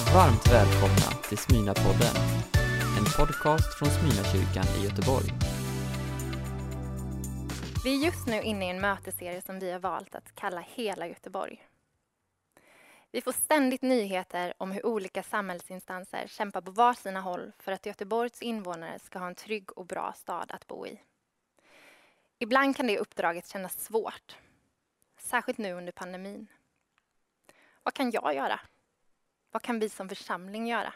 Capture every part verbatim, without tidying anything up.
Varmt välkomna till Smyrnapodden, en podcast från Smyrnakyrkan i Göteborg. Vi är just nu inne i en möteserie som vi har valt att kalla Hela Göteborg. Vi får ständigt nyheter om hur olika samhällsinstanser kämpar på var sina håll för att Göteborgs invånare ska ha en trygg och bra stad att bo i. Ibland kan det uppdraget kännas svårt, särskilt nu under pandemin. Vad kan jag göra? Vad kan vi som församling göra?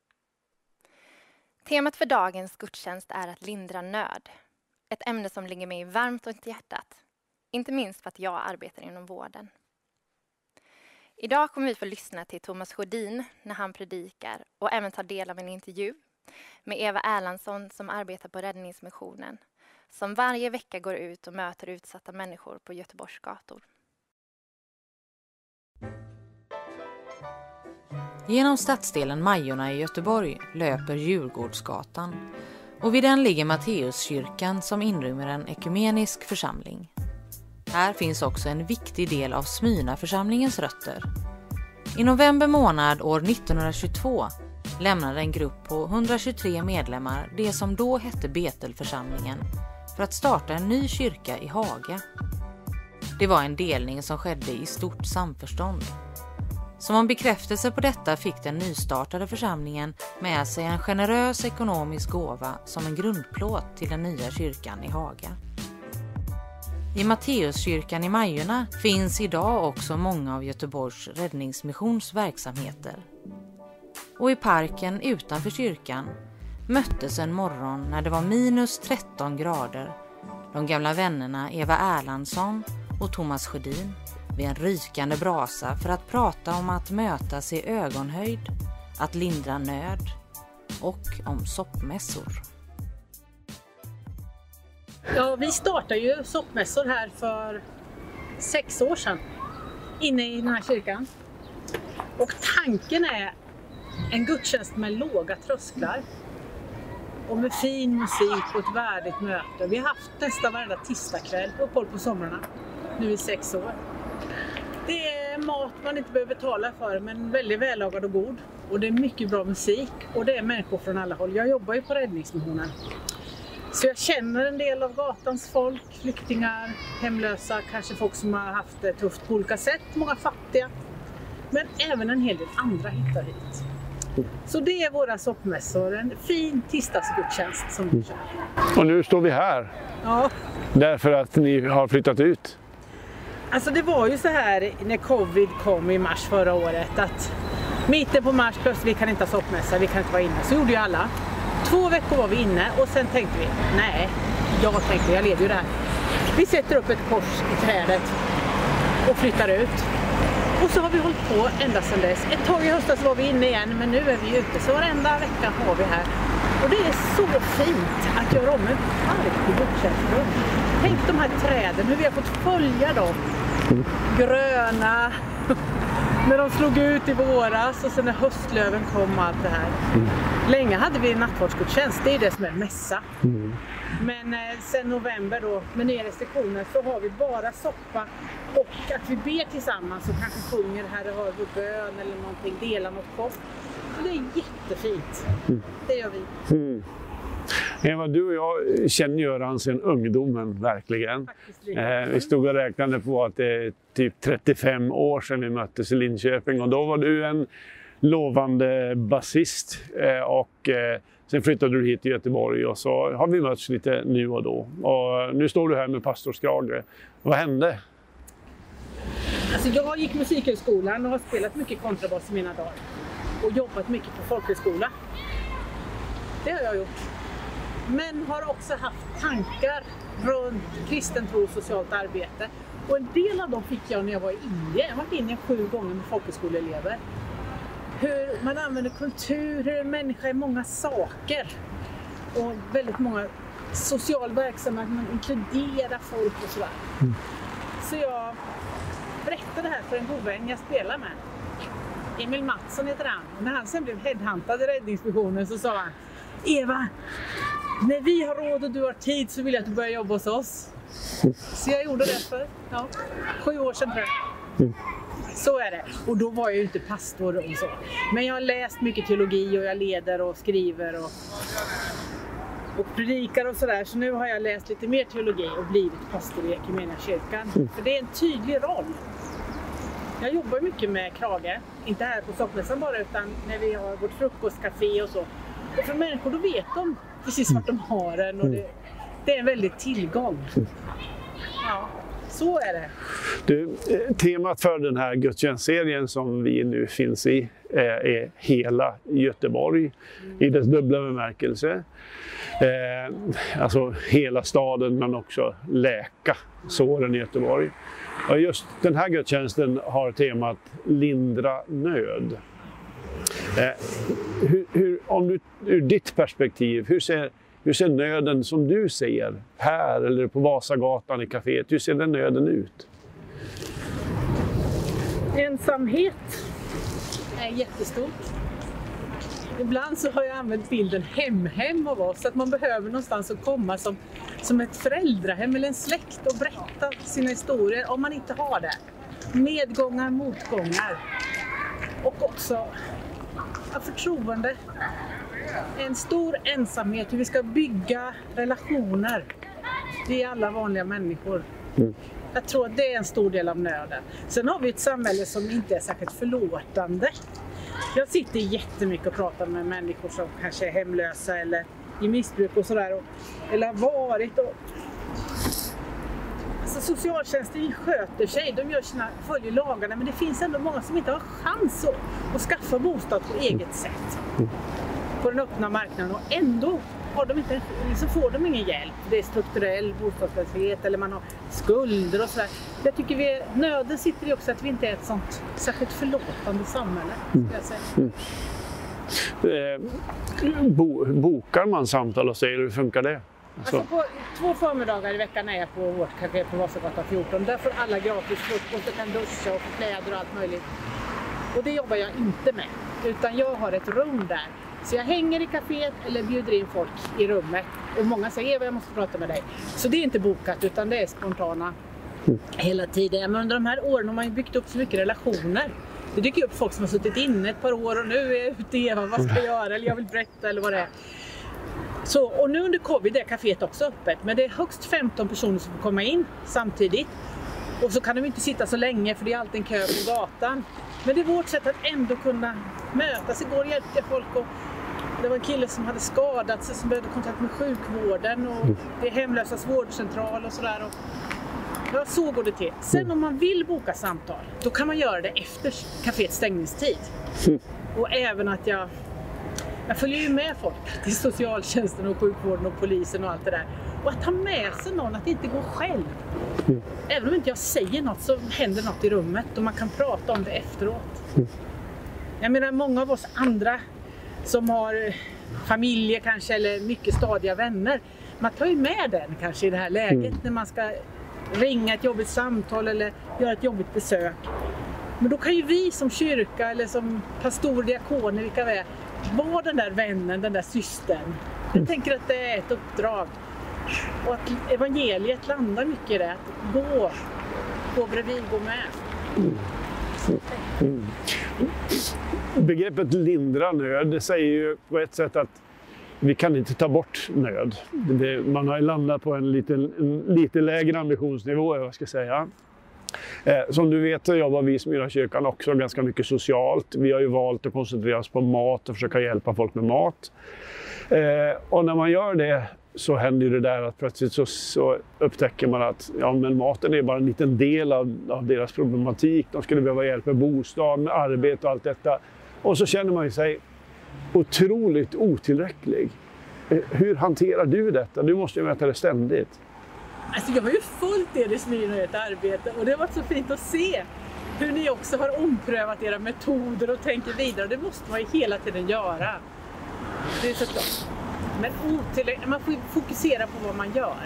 Temat för dagens gudstjänst är att lindra nöd. Ett ämne som ligger mig varmt runt hjärtat. Inte minst för att jag arbetar inom vården. Idag kommer vi få lyssna till Thomas Sjödin när han predikar och även ta del av en intervju med Eva Erlandsson som arbetar på Räddningsmissionen, som varje vecka går ut och möter utsatta människor på Göteborgs gator. Genom stadsdelen Majorna i Göteborg löper Djurgårdsgatan och vid den ligger Matteuskyrkan som inrymmer en ekumenisk församling. Här finns också en viktig del av Smyrnaförsamlingens rötter. I november månad år nittonhundratjugotvå lämnade en grupp på hundratjugotre medlemmar det som då hette Betelförsamlingen för att starta en ny kyrka i Haga. Det var en delning som skedde i stort samförstånd. Som en bekräftelse på detta fick den nystartade församlingen med sig en generös ekonomisk gåva som en grundplåt till den nya kyrkan i Haga. I Matteuskyrkan i Majorna finns idag också många av Göteborgs Räddningsmissions verksamheter. Och i parken utanför kyrkan möttes en morgon när det var minus tretton grader de gamla vännerna Eva Erlandsson och Thomas Sjödin vid en rykande brasa för att prata om att mötas i ögonhöjd, att lindra nöd och om soppmässor. Ja, vi startade ju soppmässor här för sex år sedan inne i den här kyrkan. Och tanken är en gudstjänst med låga trösklar och med fin musik och ett värdigt möte. Vi har haft nästan varenda tisdagkväll uppehåll på somrarna nu i sex år. Det är mat man inte behöver betala för, men väldigt vällagad och god. Och det är mycket bra musik och det är människor från alla håll. Jag jobbar ju på Räddningsmissionen. Så jag känner en del av gatans folk, flyktingar, hemlösa, kanske folk som har haft det tufft på olika sätt, många fattiga. Men även en hel del andra hittar hit. Så det är våra soppmässor, en fin tisdagsgudstjänst som vi kör. Och nu står vi här. Ja. Därför att ni har flyttat ut. Alltså det var ju så här när covid kom i mars förra året att mitten på mars plötsligt vi kan inte ha soppmässa, vi kan inte vara inne. Så gjorde ju alla. Två veckor var vi inne och sen tänkte vi, nej, jag tänkte, jag leder ju det här. Vi sätter upp ett kors i trädet och flyttar ut. Och så har vi hållit på ända sedan dess. Ett tag i höstas var vi inne igen, men nu är vi ute. Så varenda vecka har vi här. Och det är så fint att göra om en park till gudstjänstrum. Tänk de här träden, hur vi har fått följa dem. Mm. Gröna, när de slog ut i våras och sen när höstlöven kom och allt det här. Mm. Länge hade vi en nattvardsgudstjänst, det är det som är mässa. Mm. Men eh, sen november då, med nya restriktioner, så har vi bara soppa och att vi ber tillsammans och kanske sjunger Herre hör vår bön eller någonting, delar något kort. Så det är jättefint. Mm. Det gör vi. Mm. Eva, du och jag känner Göran sedan ungdomen, verkligen. Eh, vi stod och räknade på att det är typ trettiofem år sedan vi möttes i Linköping. Och då var du en lovande basist. Eh, och eh, sen flyttade du hit till Göteborg och så har vi mötts lite nu och då. Och nu står du här med pastorskrage. Vad hände? Alltså jag gick musikhögskolan och har spelat mycket kontrabas i mina dagar. Och jobbat mycket på folkhögskola. Det har jag gjort. Men har också haft tankar runt kristen tro och socialt arbete. Och en del av dem fick jag när jag var i Indien. Jag har varit inne sju gånger med folkhögskoleelever. Hur man använder kultur, hur en människa är många saker. Och väldigt många social verksamhet, man inkluderar folk och sådär. Mm. Så jag berättade det här för en god vän jag spelar med. Emil Mattsson heter han. Och när han sen blev headhuntad i Räddningsmissionen så sa han: Eva, när vi har råd och du har tid så vill jag att du börjar jobba hos oss. Så jag gjorde det för ja, sju år sedan tror jag. Mm. Så är det. Och då var jag ju inte pastor och så. Men jag har läst mycket teologi och jag leder och skriver och, och predikar och sådär. Så nu har jag läst lite mer teologi och blivit pastor i Equmeniakyrkan. Mm. För det är en tydlig roll. Jag jobbar mycket med krage. Inte här på soppmässan bara, utan när vi har vårt frukostcafé och så. Och för människor, då vet de precis vart de har den. Och det, det är en väldigt tillgång. Ja. Så är det. Du, temat för den här gudstjänstserien som vi nu finns i är, är hela Göteborg mm. i dess dubbla bemärkelse. Eh, alltså hela staden, men också läka såren i Göteborg. Och just den här gudstjänsten har temat lindra nöd. Eh, hur, hur, om du, ur ditt perspektiv, hur ser Hur ser nöden som du ser här eller på Vasagatan i kaféet, hur ser den nöden ut? Ensamhet är jättestort. Ibland så har jag använt bilden hem-hem av oss, att man behöver någonstans att komma som, som ett föräldrahem eller en släkt och berätta sina historier om man inte har det. Medgångar, motgångar och också förtroende. En stor ensamhet, hur vi ska bygga relationer. Det är alla vanliga människor. Mm. Jag tror att det är en stor del av nöden. Sen har vi ett samhälle som inte är särskilt förlåtande. Jag sitter jättemycket och pratar med människor som kanske är hemlösa eller i missbruk och sådär. Eller har varit. Och... Alltså, socialtjänsten sköter sig, de gör sina, följer lagarna, men det finns ändå många som inte har chans att, att skaffa bostad på eget sätt. Mm. På den öppna marknaden, och ändå har de inte, så får de ingen hjälp. Det är strukturell bostadslöshet eller man har skulder och sådär. Jag tycker vi, nöden sitter i också att vi inte är ett sånt särskilt förlåtande samhälle, skulle jag säga. Mm. Eh, bo, bokar man samtal och säger hur funkar det? Alltså. Alltså på två förmiddagar i veckan är jag på vårt café på Vasagatan fjorton. Där får alla gratis frukost och kan duscha och få kläder och allt möjligt. Och det jobbar jag inte med, utan jag har ett rum där. Så jag hänger i kaféet eller bjuder in folk i rummet. Och många säger, Eva, jag måste prata med dig. Så det är inte bokat, utan det är spontana mm. hela tiden. Men under de här åren har man ju byggt upp så mycket relationer. Det dyker upp folk som har suttit inne ett par år och nu är jag ute, Eva, vad ska jag göra? Eller jag vill berätta eller vad det är. Så, och nu under covid är kaféet också öppet. Men det är högst femton personer som får komma in samtidigt. Och så kan de inte sitta så länge för det är alltid en kö på gatan. Men det är vårt sätt att ändå kunna mötas. Igår hjälpte jag folk och det var en kille som hade skadat sig som behövde kontakt med sjukvården och det är hemlösas vårdcentral och sådär. Och ja, så går det till. Sen om man vill boka samtal, då kan man göra det efter kaféets stängningstid. Och även att jag, jag följer ju med folk till socialtjänsten och sjukvården och polisen och allt det där. Och att ta med sig någon, att inte gå själv. Mm. Även om inte jag säger något så händer något i rummet och man kan prata om det efteråt. Mm. Jag menar, många av oss andra som har familjer kanske eller mycket stadiga vänner, man tar ju med den kanske i det här läget mm. när man ska ringa ett jobbigt samtal eller göra ett jobbigt besök. Men då kan ju vi som kyrka eller som pastor, diakoner, vilka vi är, vara den där vännen, den där systern. Jag tänker att det är ett uppdrag. Och att evangeliet landar mycket i det, att gå, gå bredvid, gå med. Mm. Mm. Begreppet lindra nöd, det säger ju på ett sätt att vi kan inte ta bort nöd. Det, man har ju landat på en lite, en lite lägre ambitionsnivå, jag ska säga. Eh, som du vet så jobbar vi i Smyrnakyrkan också ganska mycket socialt. Vi har ju valt att koncentrera oss på mat och försöka hjälpa folk med mat. Eh, och när man gör det så händer ju det där att plötsligt så, så upptäcker man att ja, men maten är bara en liten del av, av deras problematik. De skulle behöva hjälp med bostad, med arbete och allt detta. Och så känner man ju sig otroligt otillräcklig. Hur hanterar du detta? Du måste ju möta det ständigt. Alltså jag har ju följt er i Smyrna i ett arbete och det har varit så fint att se hur ni också har omprövat era metoder och tänker vidare. Det måste man ju hela tiden göra. Det är såklart. Men otillräckligt, man får fokusera på vad man gör.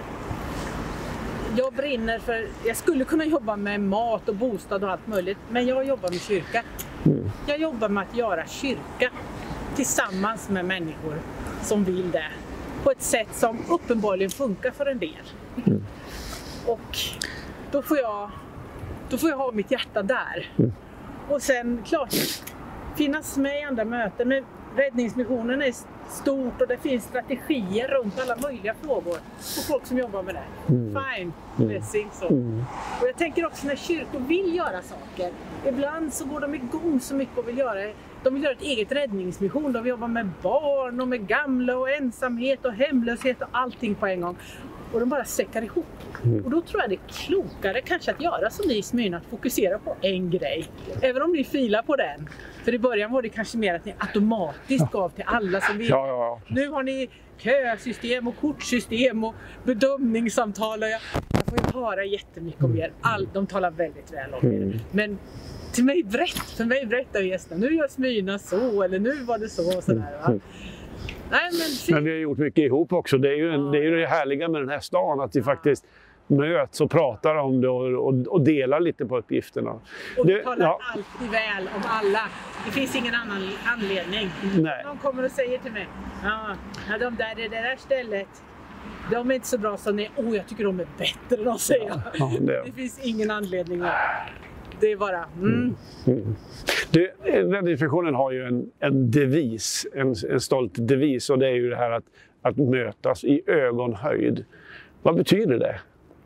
Jag brinner för, jag skulle kunna jobba med mat och bostad och allt möjligt, men jag jobbar med kyrka. Mm. Jag jobbar med att göra kyrka tillsammans med människor som vill det. På ett sätt som uppenbarligen funkar för en del. Mm. Och då får jag, då får jag ha mitt hjärta där. Mm. Och sen klart, finnas med i andra möten. Men räddningsmissionen är stort och det finns strategier runt alla möjliga frågor. Och folk som jobbar med det. Mm. Fine, blessing så. Mm. Och jag tänker också när kyrkor vill göra saker. Ibland så går de igång så mycket och vill göra. De vill göra ett eget räddningsmission. De jobbar med barn och med gamla och ensamhet och hemlöshet och allting på en gång. Och de bara säckar ihop. Mm. Och då tror jag det är klokare kanske att göra som ni i Smyrna, att fokusera på en grej. Även om ni filar på den. För i början var det kanske mer att ni automatiskt gav till alla som vill. Ja, ja, ja. Nu har ni kösystem och kortsystem och bedömningssamtal. Och jag, jag får ju höra jättemycket om er. All, de talar väldigt väl om er. Mm. Men till mig berätt, för mig berättar gästerna. Nu gör Smyrna så, eller nu var det så och sådär va. Nej, men, men vi har gjort mycket ihop också. Det är ju, en, det, är ju det härliga med den här stan, att vi faktiskt möts och pratar om det och, och, och delar lite på uppgifterna. Och vi talar ja. alltid väl om alla. Det finns ingen annan anledning. Nej. Någon kommer och säger till mig, ja, de där, det där stället, de är inte så bra som ni. Åh, oh, jag tycker de är bättre, de säger ja. Ja, det. det finns ingen anledning att... Det är bara... Mm. Mm. Du, räddningsmissionen har ju en, en devis, en, en stolt devis, och det är ju det här att, att mötas i ögonhöjd. Vad betyder det?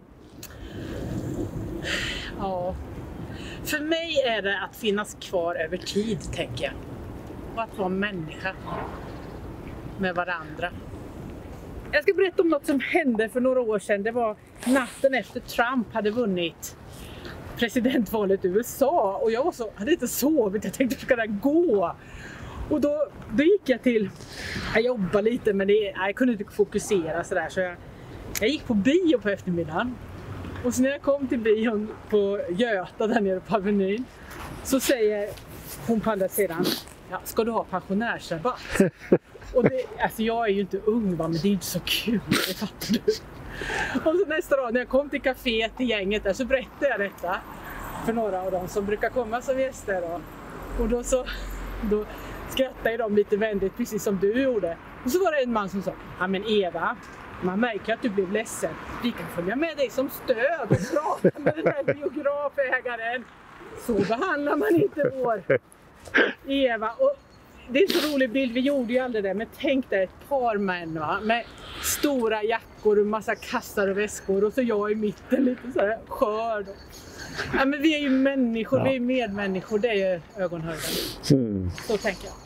Ja, för mig är det att finnas kvar över tid, tänker jag. Och att vara människa med varandra. Jag ska berätta om något som hände för några år sedan. Det var natten efter Trump hade vunnit presidentvalet i U S A. Och jag var så, hade inte sovit, jag tänkte ska det gå. Och då, då gick jag till, jag jobbade lite men det, jag kunde inte fokusera sådär. Så jag, jag gick på bio på eftermiddagen. Och så när jag kom till bion på Göta där nere på Avenyn, så säger hon på andra sidan, ja, ska du ha pensionärsrabatt? Och det, alltså jag är ju inte ung va, men det är inte så kul, det fattar du. Och så nästa dag när jag kom till kaféet i gänget där, så berättade jag detta för några av dem som brukar komma som gäster då. Och då så då skrattade de lite vänligt, precis som du gjorde. Och så var det en man som sa, ja men Eva, man märker att du blev ledsen. Vi kan följa med dig som stöd och prata med den där biografägaren. Så behandlar man inte vår Eva. Och det är en så rolig bild, vi gjorde ju aldrig det. Men tänk dig ett par män va? Med stora jackor och massa kassar och väskor. Och så jag i mitten lite så här skörd. Ja, men vi är ju människor, ja. Vi är medmänniskor. Det är ju ögonhöjden. Mm. Så tänker jag.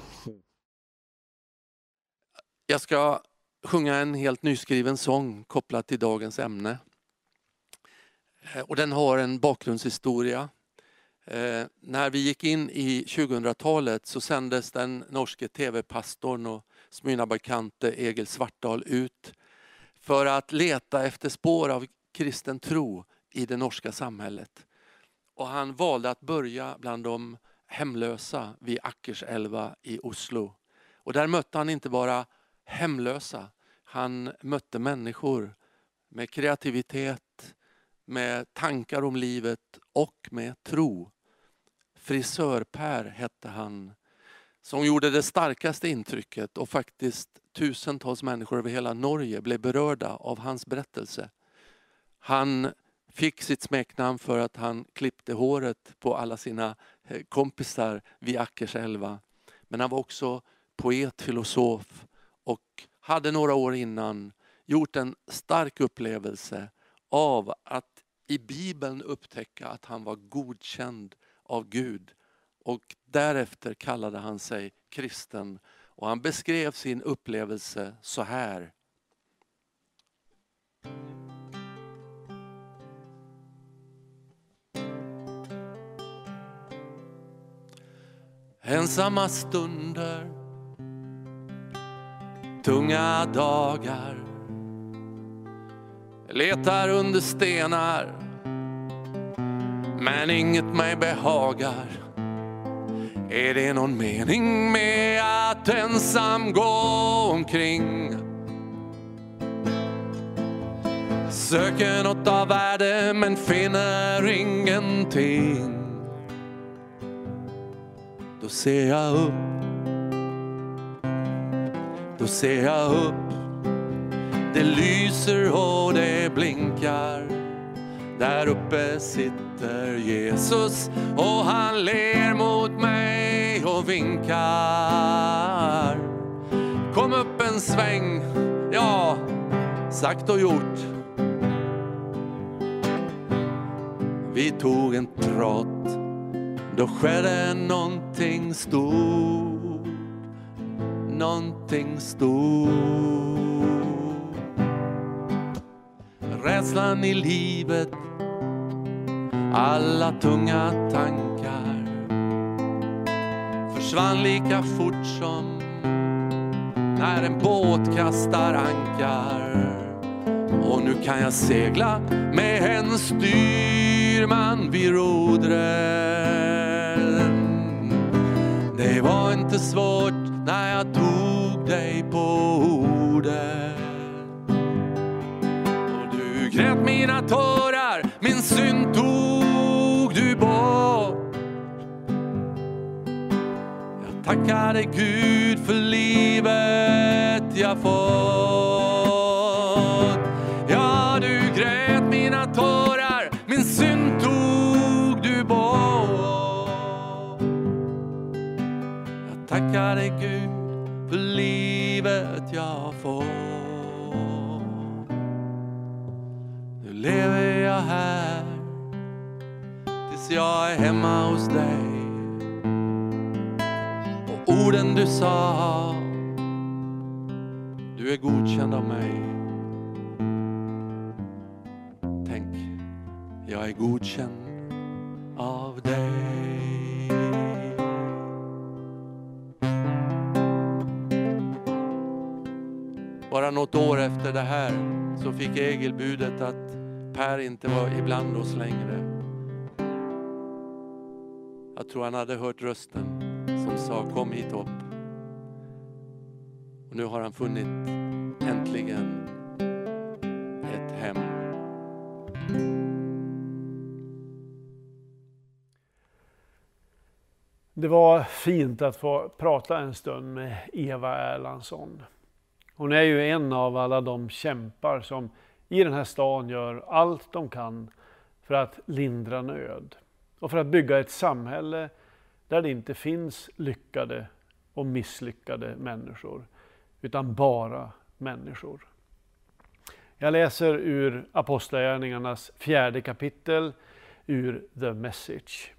Jag ska sjunga en helt nyskriven sång kopplad till dagens ämne. Och den har en bakgrundshistoria. Eh, när vi gick in i tjugohundratalet så sändes den norske tv-pastorn och Smyrnabekante Egil Svartdal ut för att leta efter spår av kristen tro i det norska samhället. Och han valde att börja bland de hemlösa vid Akerselva i Oslo. Och där mötte han inte bara hemlösa. Han mötte människor med kreativitet, med tankar om livet och med tro. Frisör-Per hette han, som gjorde det starkaste intrycket, och faktiskt tusentals människor över hela Norge blev berörda av hans berättelse. Han fick sitt smeknamn för att han klippte håret på alla sina kompisar vid Akerselva. Men han var också poet, filosof och hade några år innan gjort en stark upplevelse av att i Bibeln upptäcka att han var godkänd av Gud. Och därefter kallade han sig kristen. Och han beskrev sin upplevelse så här. Ensamma stunder, tunga dagar, letar under stenar, men inget mig behagar. Är det någon mening med att ensam gå omkring? Söker något av värde men finner ingenting. Då ser jag upp, då ser jag upp. Det lyser och det blinkar Där uppe sitter Jesus och han ler mot mig och vinkar. Kom upp en sväng, ja, sagt och gjort. Vi tog en trott, då skedde någonting stort. Någonting stort. Rädslan i livet, alla tunga tankar försvann lika fort som när en båt kastar ankar. Och nu kan jag segla med en styrman vid rodren. Det var inte svårt när jag tog dig på orden. Och du grät mina tårar, min synd tog du bort. Jag tackade Gud för livet jag fått. Ja, du grät mina tårar, min synd tog du bort. Jag tackade Gud för livet jag fått. Nu lever jag här tills jag är hemma hos dig. Och orden du sa, du är godkänd av mig. Tänk, jag är godkänd av dig. Bara något år efter det här så fick Egil budet att Per inte var ibland oss längre. Jag tror han hade hört rösten som sa kom hit upp. Och nu har han funnit äntligen ett hem. Det var fint att få prata en stund med Eva Erlandsson. Hon är ju en av alla de kämpar som i den här stan gör allt de kan för att lindra nöd. Och för att bygga ett samhälle där det inte finns lyckade och misslyckade människor. Utan bara människor. Jag läser ur Apostlagärningarnas fjärde kapitel ur The Message.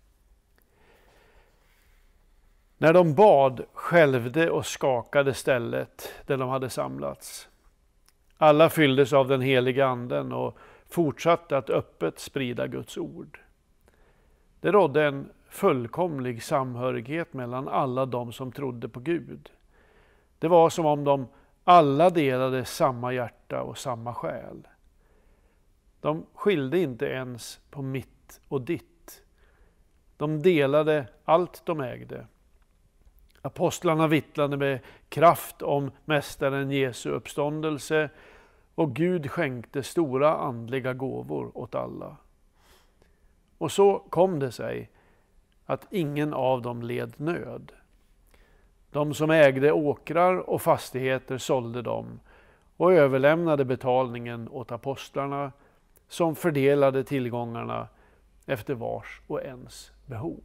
När de bad skälvde och skakade stället där de hade samlats. Alla fylldes av den heliga anden och fortsatte att öppet sprida Guds ord. Det rådde en fullkomlig samhörighet mellan alla de som trodde på Gud. Det var som om de alla delade samma hjärta och samma själ. De skilde inte ens på mitt och ditt. De delade allt de ägde. Apostlarna vittlade med kraft om mästaren Jesu uppståndelse och Gud skänkte stora andliga gåvor åt alla. Och så kom det sig att ingen av dem led nöd. De som ägde åkrar och fastigheter sålde dem och överlämnade betalningen åt apostlarna som fördelade tillgångarna efter vars och ens behov.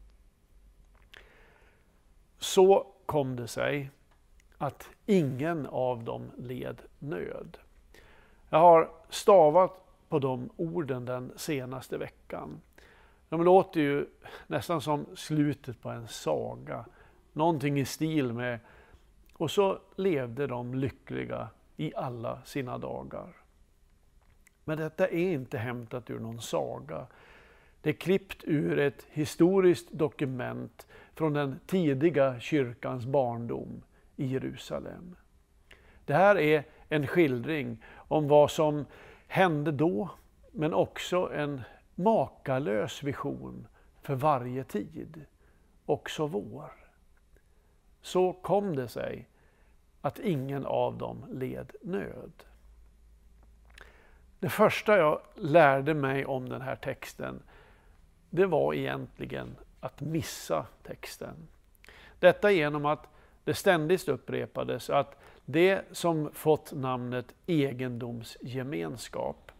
Så kom det sig att ingen av dem led nöd. Jag har stavat på de orden den senaste veckan. De låter ju nästan som slutet på en saga. Någonting i stil med och så levde de lyckliga i alla sina dagar. Men detta är inte hämtat ur någon saga. Det är klippt ur ett historiskt dokument från den tidiga kyrkans barndom i Jerusalem. Det här är en skildring om vad som hände då, men också en makalös vision för varje tid, också vår. Så kom det sig att ingen av dem led nöd. Det första jag lärde mig om den här texten, det var egentligen att missa texten. Detta genom att det ständigt upprepades att det som fått namnet egendomsgemenskap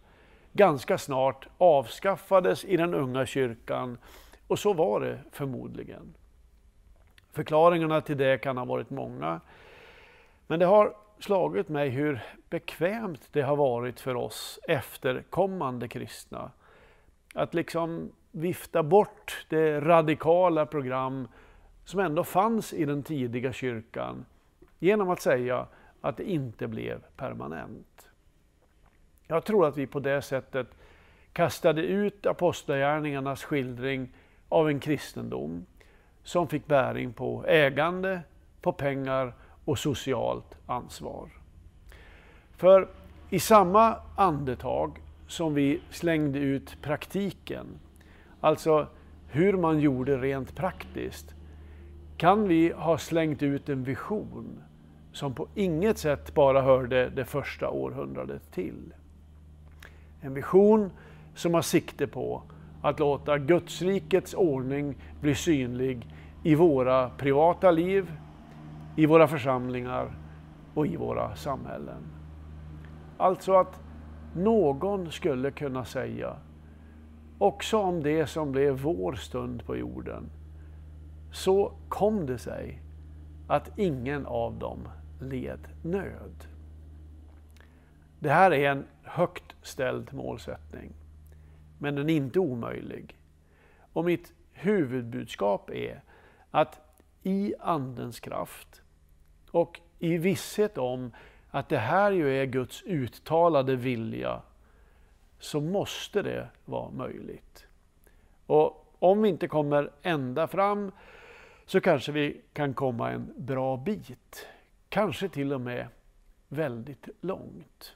ganska snart avskaffades i den unga kyrkan, och så var det förmodligen. Förklaringarna till det kan ha varit många, men det har slagit mig hur bekvämt det har varit för oss efterkommande kristna att liksom vifta bort det radikala program som ändå fanns i den tidiga kyrkan genom att säga att det inte blev permanent. Jag tror att vi på det sättet kastade ut apostlagärningarnas skildring av en kristendom som fick bäring på ägande, på pengar och socialt ansvar. För i samma andetag som vi slängde ut praktiken, alltså hur man gjorde rent praktiskt, kan vi ha slängt ut en vision som på inget sätt bara hörde det första århundradet till. En vision som har sikte på att låta Gudsrikets ordning bli synlig i våra privata liv, i våra församlingar och i våra samhällen. Alltså att någon skulle kunna säga, också om det som blev vår stund på jorden, så kom det sig att ingen av dem led nöd. Det här är en högt ställd målsättning, men den är inte omöjlig. Och mitt huvudbudskap är att i andens kraft och i visshet om att det här ju är Guds uttalade vilja, så måste det vara möjligt. Och om vi inte kommer ända fram, så kanske vi kan komma en bra bit. Kanske till och med väldigt långt.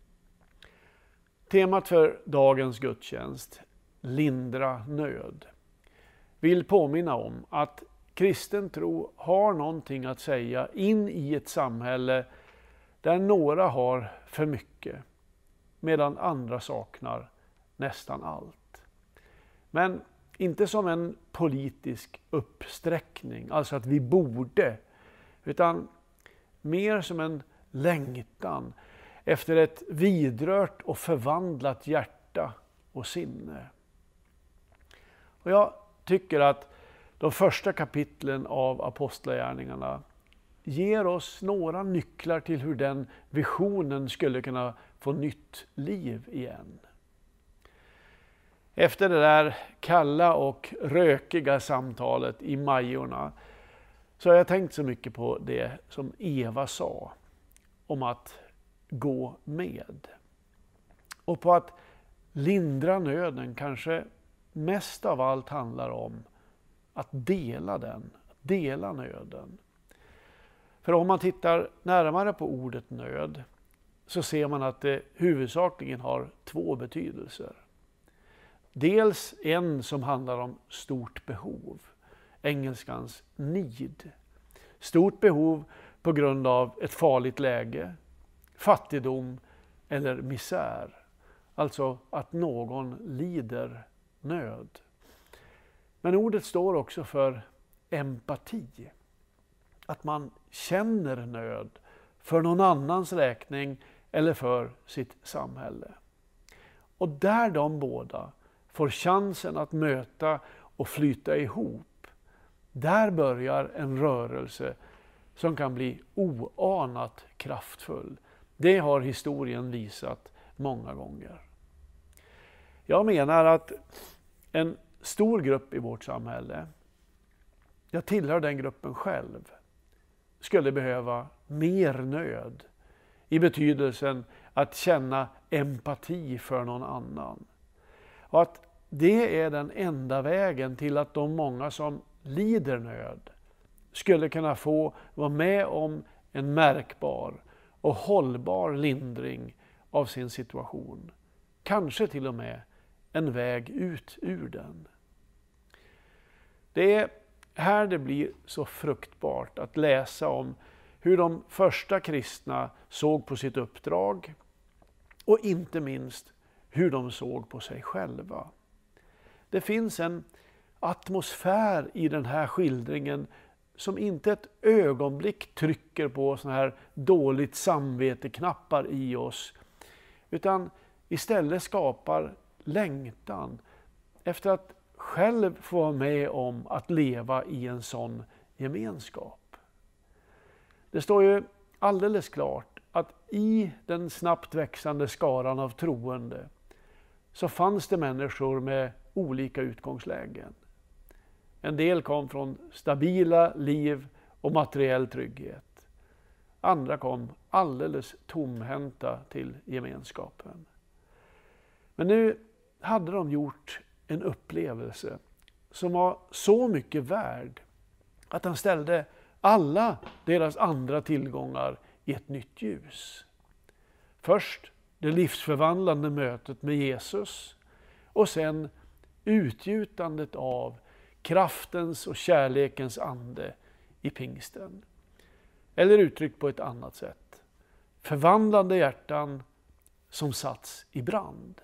Temat för dagens gudstjänst, lindra nöd, vill påminna om att kristen tro har någonting att säga in i ett samhälle där några har för mycket, medan andra saknar nästan allt. Men inte som en politisk uppsträckning, alltså att vi borde, utan mer som en längtan efter ett vidrört och förvandlat hjärta och sinne. Och jag tycker att de första kapitlen av apostlagärningarna ger oss några nycklar till hur den visionen skulle kunna få nytt liv igen. Efter det där kalla och rökiga samtalet i Majorna så har jag tänkt så mycket på det som Eva sa om att gå med. Och på att lindra nöden kanske mest av allt handlar om att dela den, dela nöden. För om man tittar närmare på ordet nöd så ser man att det huvudsakligen har två betydelser. Dels en som handlar om stort behov, engelskans need. Stort behov på grund av ett farligt läge, fattigdom eller misär. Alltså att någon lider nöd. Men ordet står också för empati. Att man känner nöd för någon annans räkning eller för sitt samhälle. Och där de båda får chansen att möta och flyta ihop, där börjar en rörelse som kan bli oanat kraftfull. Det har historien visat många gånger. Jag menar att en stor grupp i vårt samhälle, jag tillhör den gruppen själv, skulle behöva mer nöd i betydelsen att känna empati för någon annan. Och att det är den enda vägen till att de många som lider nöd skulle kunna få vara med om en märkbar och hållbar lindring av sin situation. Kanske till och med en väg ut ur den. Det är här det blir så fruktbart att läsa om hur de första kristna såg på sitt uppdrag och inte minst hur de såg på sig själva. Det finns en atmosfär i den här skildringen som inte ett ögonblick trycker på såna här dåligt samveteknappar i oss, utan istället skapar längtan efter att själv få vara med om att leva i en sån gemenskap. Det står ju alldeles klart att i den snabbt växande skaran av troende så fanns det människor med olika utgångslägen. En del kom från stabila liv och materiell trygghet. Andra kom alldeles tomhänta till gemenskapen. Men nu hade de gjort en upplevelse som var så mycket värd att han ställde alla deras andra tillgångar i ett nytt ljus. Först det livsförvandlande mötet med Jesus och sen utgjutandet av kraftens och kärlekens ande i pingsten. Eller uttryckt på ett annat sätt. Förvandlande hjärtan som satts i brand.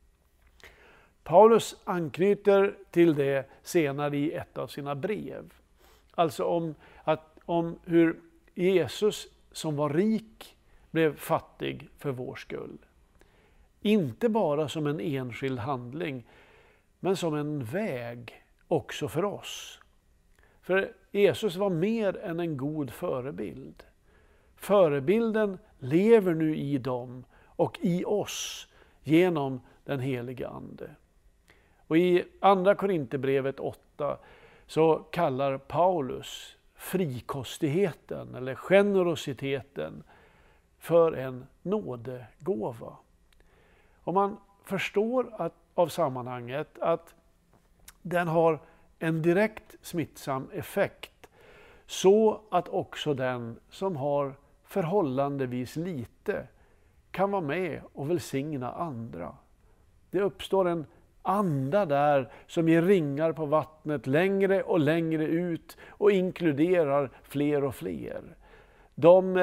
Paulus anknyter till det senare i ett av sina brev. Alltså om, att, om hur Jesus som var rik blev fattig för vår skull. Inte bara som en enskild handling, men som en väg också för oss. För Jesus var mer än en god förebild. Förebilden lever nu i dem och i oss genom den helige Ande. Och i andra Korinthierbrevet åtta så kallar Paulus frikostigheten eller generositeten för en nådegåva. Och man förstår att, av sammanhanget att den har en direkt smittsam effekt så att också den som har förhållandevis lite kan vara med och välsigna andra. Det uppstår en anda där som ger ringar på vattnet längre och längre ut och inkluderar fler och fler. De,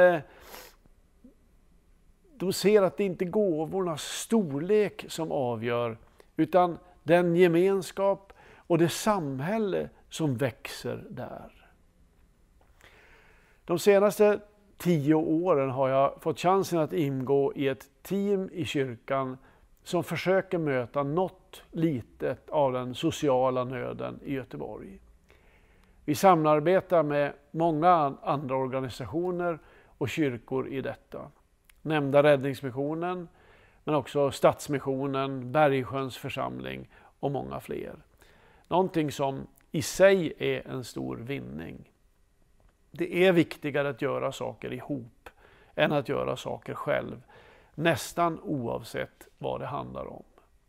de ser att det inte är gåvornas storlek som avgör utan den gemenskap och det samhälle som växer där. De senaste tio åren har jag fått chansen att ingå i ett team i kyrkan som försöker möta något litet av den sociala nöden i Göteborg. Vi samarbetar med många andra organisationer och kyrkor i detta. Nämnda Räddningsmissionen, men också Stadsmissionen, Bergsjöns församling och många fler. Någonting som i sig är en stor vinning. Det är viktigare att göra saker ihop än att göra saker själv. Nästan oavsett vad det handlar om.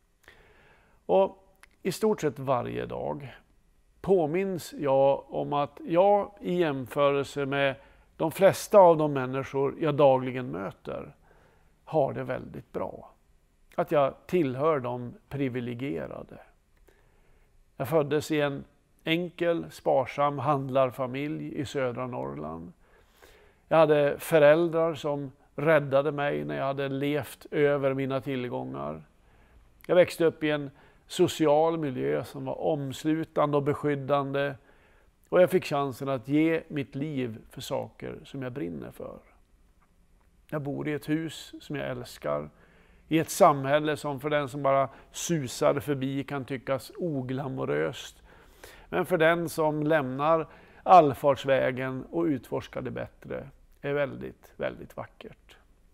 Och i stort sett varje dag påminns jag om att jag i jämförelse med de flesta av de människor jag dagligen möter har det väldigt bra. Att jag tillhör de privilegierade. Jag föddes i en enkel, sparsam handlarfamilj i södra Norrland. Jag hade föräldrar som räddade mig när jag hade levt över mina tillgångar. Jag växte upp i en social miljö som var omslutande och beskyddande. Och jag fick chansen att ge mitt liv för saker som jag brinner för. Jag bor i ett hus som jag älskar. I ett samhälle som för den som bara susar förbi kan tyckas oglamoröst. Men för den som lämnar allfartsvägen och utforskar det bättre är väldigt, väldigt vackert.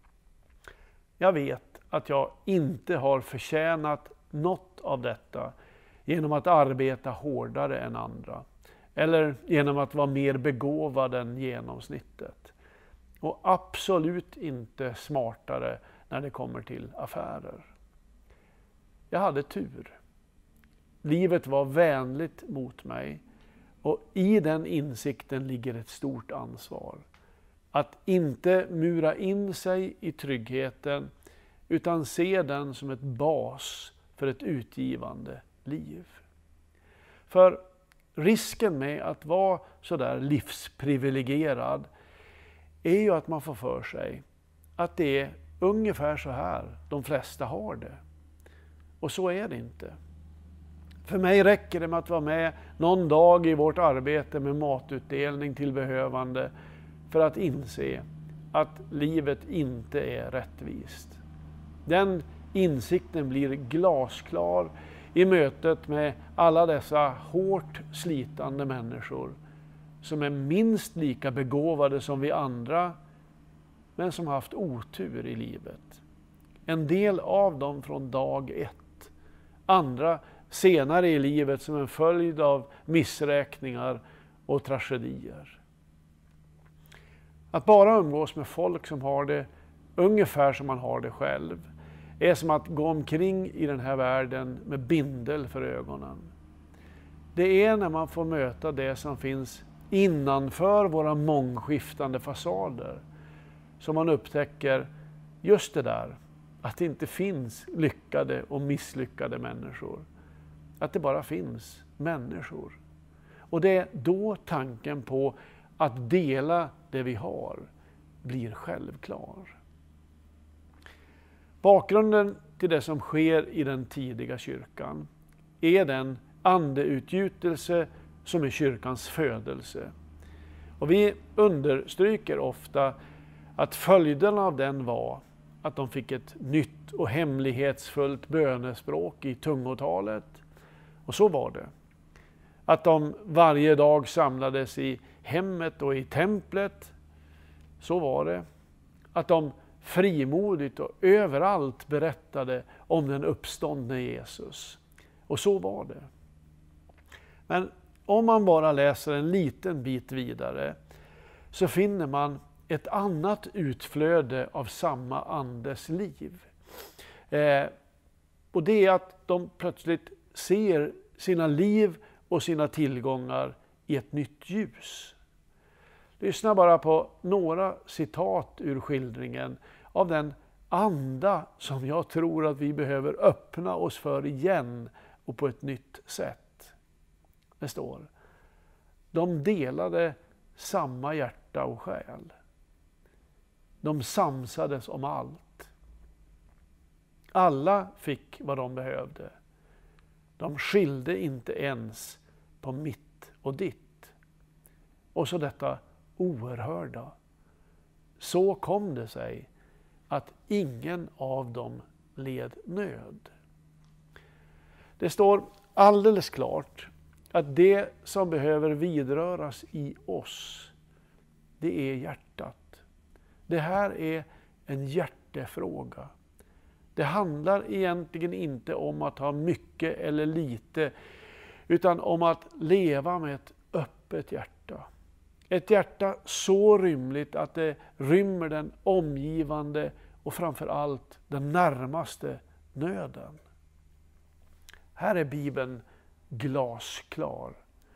Jag vet att jag inte har förtjänat något av detta genom att arbeta hårdare än andra. Eller genom att vara mer begåvad än genomsnittet. Och absolut inte smartare när det kommer till affärer. Jag hade tur. Livet var vänligt mot mig. Och i den insikten ligger ett stort ansvar. Att inte mura in sig i tryggheten utan se den som ett bas för ett utgivande liv. För risken med att vara så där livsprivilegierad är ju att man får för sig att det är ungefär så här de flesta har det. Och så är det inte. För mig räcker det med att vara med någon dag i vårt arbete med matutdelning till behövande för att inse att livet inte är rättvist. Den insikten blir glasklar i mötet med alla dessa hårt slitande människor som är minst lika begåvade som vi andra, men som haft otur i livet. En del av dem från dag ett, andra senare i livet som en följd av missräkningar och tragedier. Att bara umgås med folk som har det ungefär som man har det själv är som att gå omkring i den här världen med bindel för ögonen. Det är när man får möta det som finns innanför våra mångskiftande fasader som man upptäcker just det där, att det inte finns lyckade och misslyckade människor. Att det bara finns människor. Och det är då tanken på att dela det vi har blir självklar. Bakgrunden till det som sker i den tidiga kyrkan är den andeutgjutelse som är kyrkans födelse. Och vi understryker ofta att följden av den var att de fick ett nytt och hemlighetsfullt bönespråk i tungotalet. Och så var det. Att de varje dag samlades i hemmet och i templet. Så var det. Att de frimodigt och överallt berättade om den uppståndne Jesus. Och så var det. Men om man bara läser en liten bit vidare så finner man ett annat utflöde av samma andes liv. Eh, och det är att de plötsligt ser sina liv och sina tillgångar i ett nytt ljus. Lyssna bara på några citat ur skildringen av den anda som jag tror att vi behöver öppna oss för igen och på ett nytt sätt. Det står: de delade samma hjärta och själ. De samsades om allt. Alla fick vad de behövde. De skilde inte ens på mitt och ditt. Och så detta oerhörda. Så kom det sig att ingen av dem led nöd. Det står alldeles klart att det som behöver vidröras i oss, det är hjärtat. Det här är en hjärtefråga. Det handlar egentligen inte om att ha mycket eller lite, utan om att leva med ett öppet hjärta. Ett hjärta så rymligt att det rymmer den omgivande och framför allt den närmaste nöden. Här är Bibeln glasklar.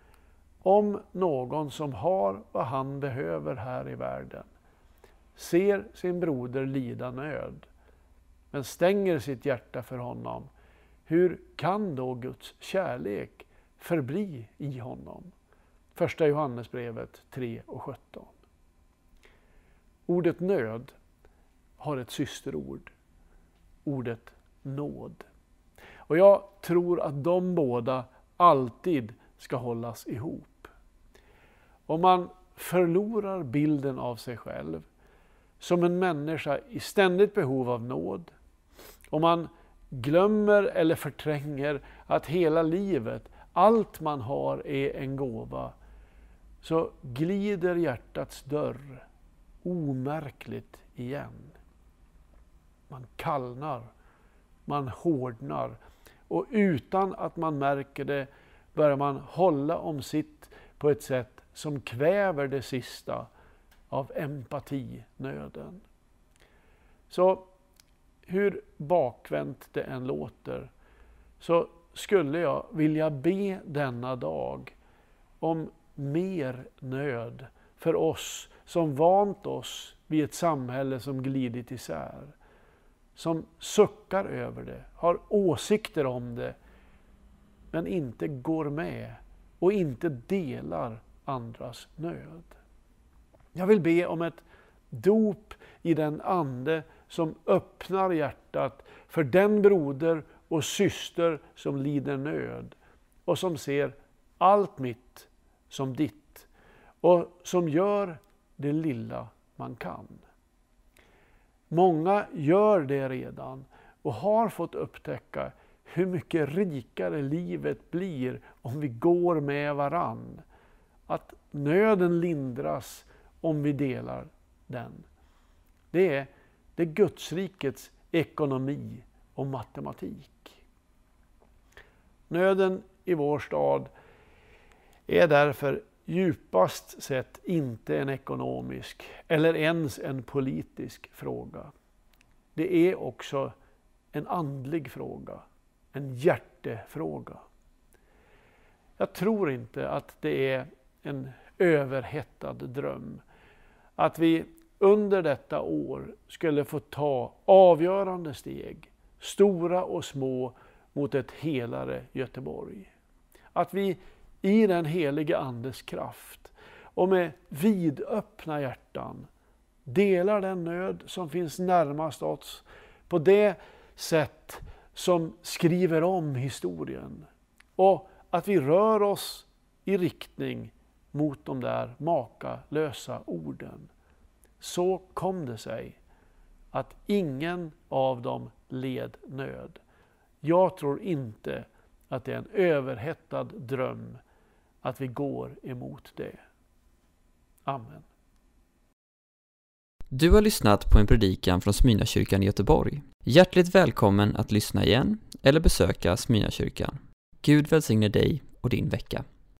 Om någon som har vad han behöver här i världen ser sin broder lida nöd men stänger sitt hjärta för honom, hur kan då Guds kärlek förbli i honom? Första Johannesbrevet tre och sjutton. Ordet nöd har ett systerord, ordet nåd. Och jag tror att de båda alltid ska hållas ihop. Om man förlorar bilden av sig själv som en människa i ständigt behov av nåd, om man glömmer eller förtränger att hela livet, allt man har är en gåva, så glider hjärtats dörr omärkligt igen. Man kallnar, man hårdnar och utan att man märker det börjar man hålla om sitt på ett sätt som kväver det sista av empatinöden. Så hur bakvänt det än låter, så skulle jag vilja be denna dag om mer nöd för oss som vant oss vid ett samhälle som glidit isär. Som suckar över det, har åsikter om det, men inte går med och inte delar andras nöd. Jag vill be om ett dop i den ande som öppnar hjärtat för den broder och syster som lider nöd och som ser allt mitt som ditt och som gör det lilla man kan. Många gör det redan och har fått upptäcka hur mycket rikare livet blir om vi går med varann. Att nöden lindras om vi delar den. Det är, det är Gudsrikets ekonomi och matematik. Nöden i vår stad är därför djupast sett inte en ekonomisk eller ens en politisk fråga. Det är också en andlig fråga, en hjärtefråga. Jag tror inte att det är en överhettad dröm att vi under detta år skulle få ta avgörande steg, stora och små, mot ett helare Göteborg. Att vi i den helige Andes kraft och med vidöppna hjärtan delar den nöd som finns närmast oss på det sätt som skriver om historien. Och att vi rör oss i riktning mot de där makalösa orden. Så kom det sig att ingen av dem led nöd. Jag tror inte att det är en överhettad dröm att vi går emot det. Amen. Du har lyssnat på en predikan från Smyrnakyrkan i Göteborg. Hjärtligt välkommen att lyssna igen eller besöka Smyrnakyrkan. Gud välsigne dig och din vecka.